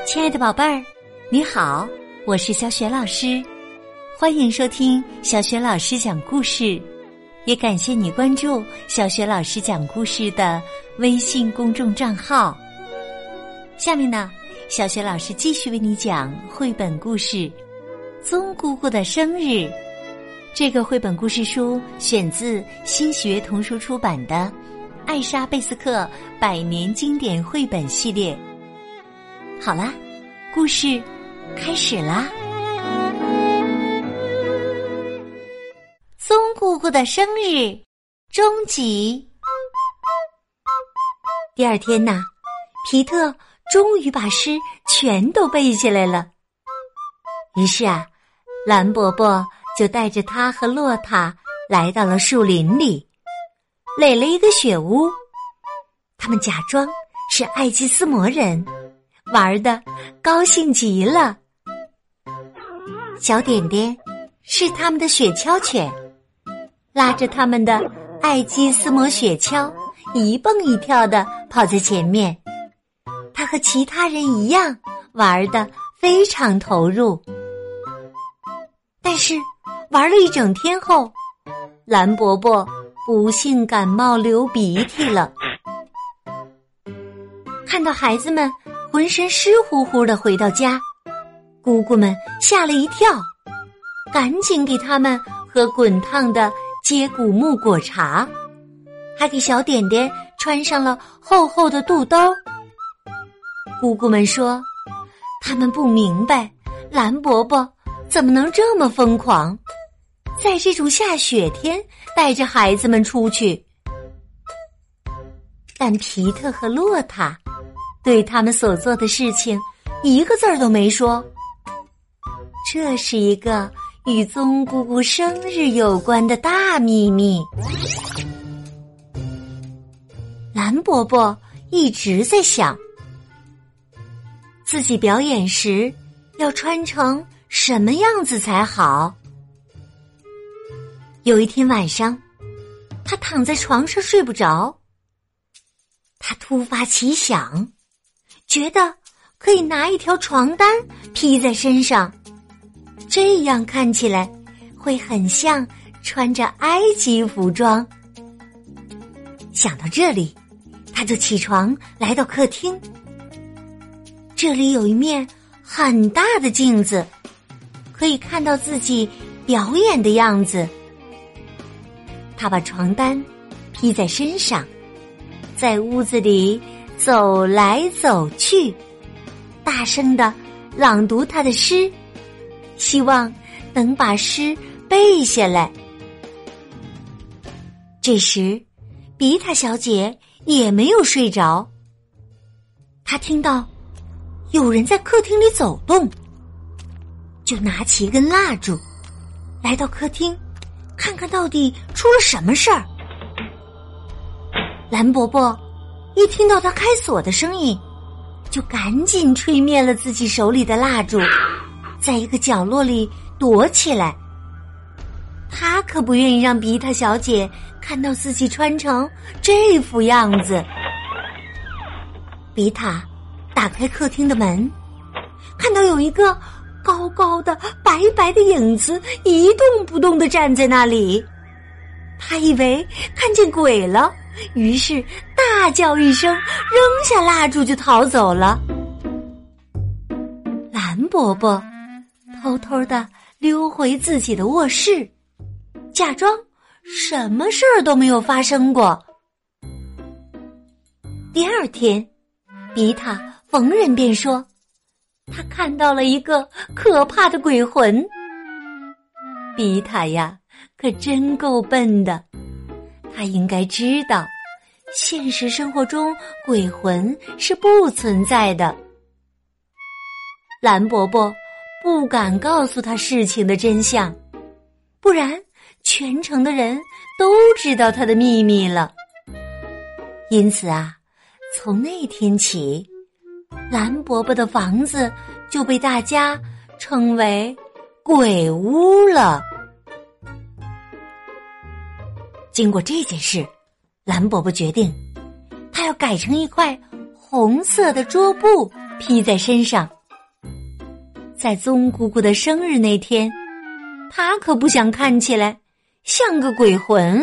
亲爱的宝贝儿，你好，我是小雪老师，欢迎收听小雪老师讲故事，也感谢你关注小雪老师讲故事的微信公众账号。下面呢，小雪老师继续为你讲绘本故事《棕姑姑的生日》。这个绘本故事书选自新学童书出版的《艾莎贝斯克100年经典绘本系列》。好啦，故事开始啦！棕姑姑的生日终集。第二天呢，皮特终于把诗全都背下来了。于是啊，蓝伯伯就带着他和洛塔来到了树林里，垒了一个雪屋。他们假装是爱基斯魔人，玩得高兴极了。小点点是他们的雪橇犬，拉着他们的爱基斯魔雪橇一蹦一跳地跑在前面。他和其他人一样玩得非常投入。但是玩了一整天后，蓝伯伯不幸感冒流鼻涕了。看到孩子们浑身湿乎乎地回到家，姑姑们吓了一跳，赶紧给他们喝滚烫的接骨木果茶，还给小点点穿上了厚厚的肚兜。姑姑们说，他们不明白蓝伯伯怎么能这么疯狂，在这种下雪天带着孩子们出去。但皮特和洛塔对他们所做的事情一个字儿都没说。这是一个与棕姑姑生日有关的大秘密。蓝伯伯一直在想，自己表演时要穿成什么样子才好。有一天晚上，他躺在床上睡不着，他突发奇想，觉得可以拿一条床单披在身上，这样看起来会很像穿着埃及服装。想到这里，他就起床来到客厅。这里有一面很大的镜子，可以看到自己表演的样子。他把床单披在身上，在屋子里走来走去，大声地朗读他的诗，希望能把诗背下来。这时，比塔小姐也没有睡着，她听到有人在客厅里走动，就拿起一根蜡烛，来到客厅，看看到底出了什么事儿。蓝伯伯一听到他开锁的声音，就赶紧吹灭了自己手里的蜡烛，在一个角落里躲起来。他可不愿意让比塔小姐看到自己穿成这副样子。比塔打开客厅的门，看到有一个高高的白白的影子一动不动地站在那里。他以为看见鬼了，于是大叫一声，扔下蜡烛就逃走了。蓝伯伯偷偷地溜回自己的卧室，假装什么事儿都没有发生过。第二天，比塔逢人便说，他看到了一个可怕的鬼魂。比塔呀，可真够笨的，他应该知道现实生活中鬼魂是不存在的。蓝伯伯不敢告诉他事情的真相，不然全城的人都知道他的秘密了。因此啊，从那天起，蓝伯伯的房子就被大家称为鬼屋了。经过这件事，蓝伯伯决定他要改成一块红色的桌布披在身上， 在棕姑姑的生日那天，她可不想看起来像个鬼魂。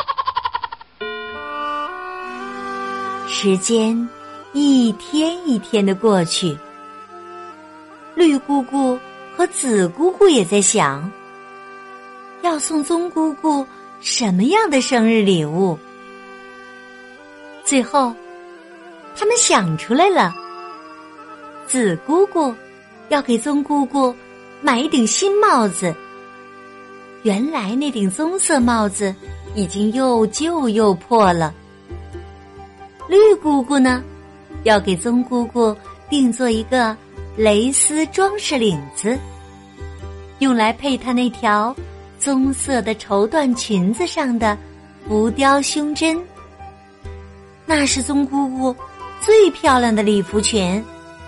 时间一天一天的过去，绿姑姑和紫姑姑也在想，要送棕姑姑什么样的生日礼物。最后，他们想出来了，紫姑姑要给棕姑姑买一顶新帽子。原来那顶棕色帽子已经又旧又破了。绿姑姑呢，要给棕姑姑定做一个蕾丝装饰领子，用来配她那条棕色的绸缎裙子上的浮雕胸针。那是棕姑姑最漂亮的礼服裙。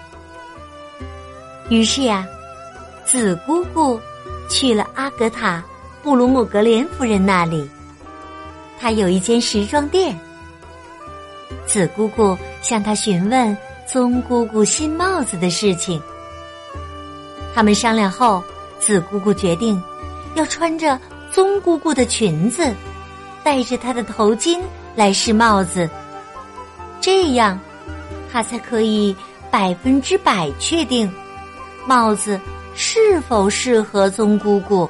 于是呀，紫姑姑去了阿格塔·布鲁姆格连夫人那里，她有一间时装店。紫姑姑向她询问棕姑姑新帽子的事情。他们商量后，紫姑姑决定要穿着棕姑姑的裙子，戴着她的头巾来试帽子，这样她才可以100%确定帽子是否适合棕姑姑。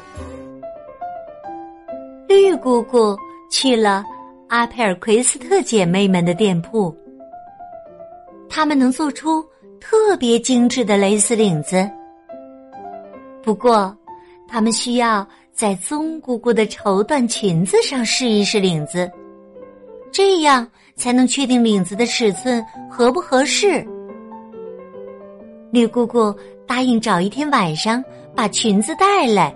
绿姑姑去了阿佩尔奎斯特姐妹们的店铺，她们能做出特别精致的蕾丝领子，不过她们需要在棕姑姑的绸缎裙子上试一试领子，这样才能确定领子的尺寸合不合适。绿姑姑答应找一天晚上把裙子带来。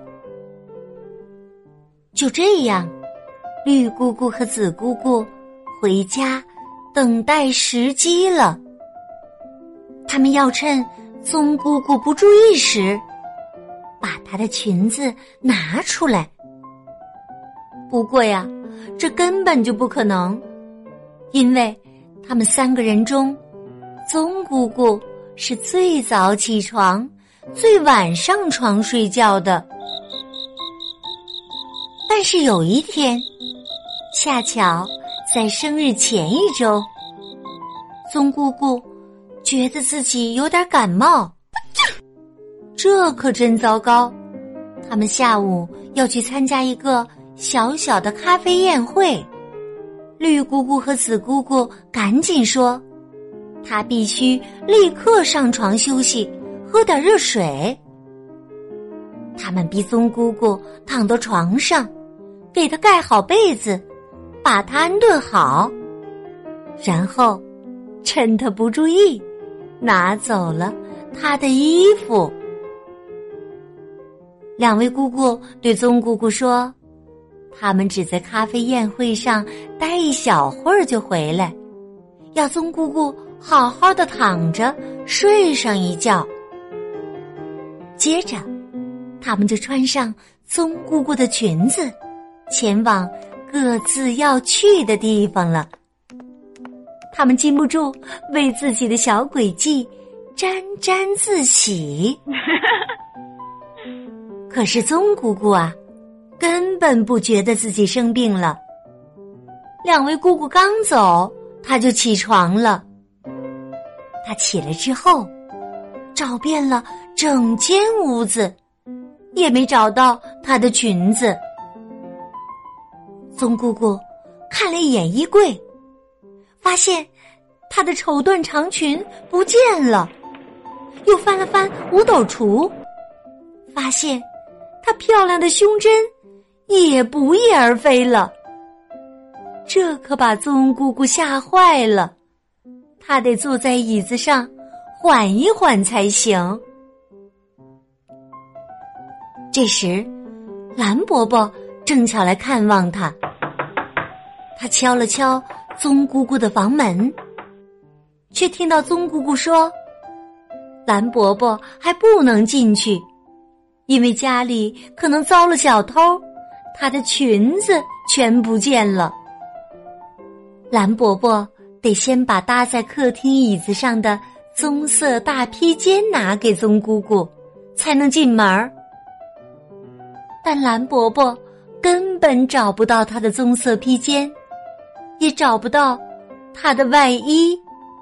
就这样，绿姑姑和紫姑姑回家等待时机了。他们要趁棕姑姑不注意时，把她的裙子拿出来。不过呀，这根本就不可能，因为他们3个人中，棕姑姑是最早起床、最晚上床睡觉的。但是有一天，恰巧在生日前一周，棕姑姑觉得自己有点感冒，这可真糟糕。他们下午要去参加一个小小的咖啡宴会，绿姑姑和紫姑姑赶紧说，她必须立刻上床休息，喝点热水。他们逼棕姑姑躺到床上，给她盖好被子，把她安顿好，然后趁她不注意，拿走了她的衣服。2位姑姑对棕姑姑说，他们只在咖啡宴会上待一小会儿就回来，要棕姑姑好好的躺着睡上一觉。接着他们就穿上棕姑姑的裙子，前往各自要去的地方了。他们禁不住为自己的小诡计沾沾自喜。可是棕姑姑啊，根本不觉得自己生病了。2位姑姑刚走，她就起床了。她起来之后，找遍了整间屋子，也没找到她的裙子。棕姑姑看了一眼衣柜，发现她的绸缎长裙不见了，又翻了翻五斗橱，发现她漂亮的胸针也不翼而飞了。这可把棕姑姑吓坏了，她得坐在椅子上缓一缓才行。这时蓝伯伯正巧来看望她，他敲了敲棕姑姑的房门，却听到棕姑姑说，蓝伯伯还不能进去，因为家里可能遭了小偷，她的裙子全不见了。蓝伯伯得先把搭在客厅椅子上的棕色大披肩拿给棕姑姑， 才能进门儿。但蓝伯伯根本找不到他的棕色披肩，也找不到他的外衣。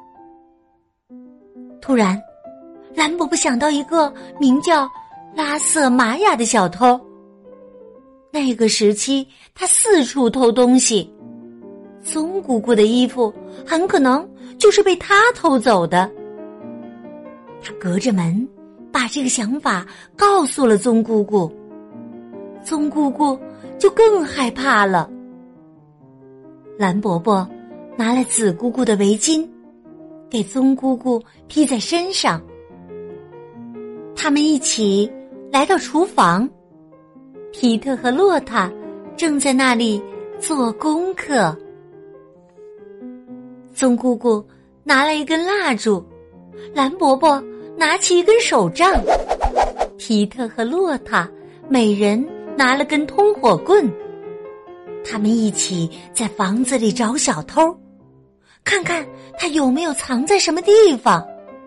突然，蓝伯伯想到一个名叫拉瑟玛雅的小偷。那个时期，他四处偷东西，棕姑姑的衣服很可能就是被他偷走的。他隔着门把这个想法告诉了棕姑姑，棕姑姑就更害怕了。蓝伯伯拿来紫姑姑的围巾，给棕姑姑披在身上。他们一起来到厨房，皮特和洛塔正在那里做功课。棕姑姑拿了一根蜡烛，蓝伯伯拿起一根手杖，皮特和洛塔每人拿了根通火棍。他们一起在房子里找小偷，看看他有没有藏在什么地方。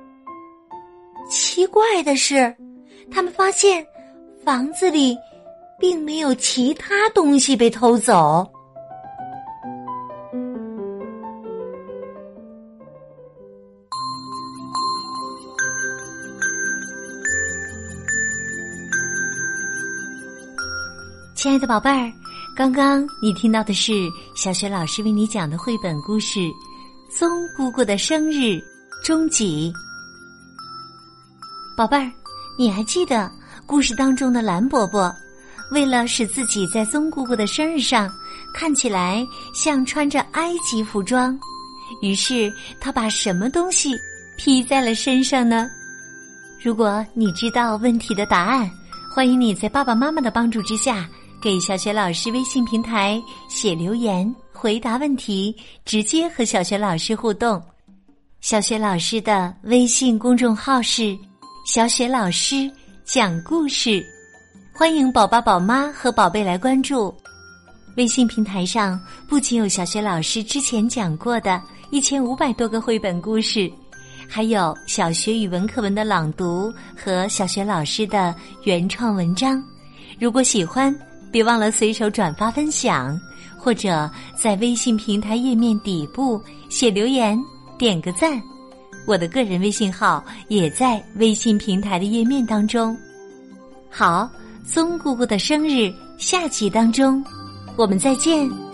奇怪的是，他们发现房子里并没有其他东西被偷走。亲爱的宝贝儿，刚刚你听到的是小雪老师为你讲的绘本故事《棕姑姑的生日》终集。宝贝儿，你还记得故事当中的蓝伯伯为了使自己在棕姑姑的生日上看起来像穿着埃及服装，于是他把什么东西披在了身上呢？如果你知道问题的答案，欢迎你在爸爸妈妈的帮助之下给小雪老师微信平台写留言回答问题，直接和小雪老师互动。小雪老师的微信公众号是小雪老师讲故事，欢迎宝宝宝妈和宝贝来关注。微信平台上不仅有小雪老师之前讲过的1500多个绘本故事，还有小学语文课文的朗读和小雪老师的原创文章。如果喜欢，别忘了随手转发分享，或者在微信平台页面底部写留言点个赞。我的个人微信号也在微信平台的页面当中。好，棕姑姑的生日下集当中我们再见。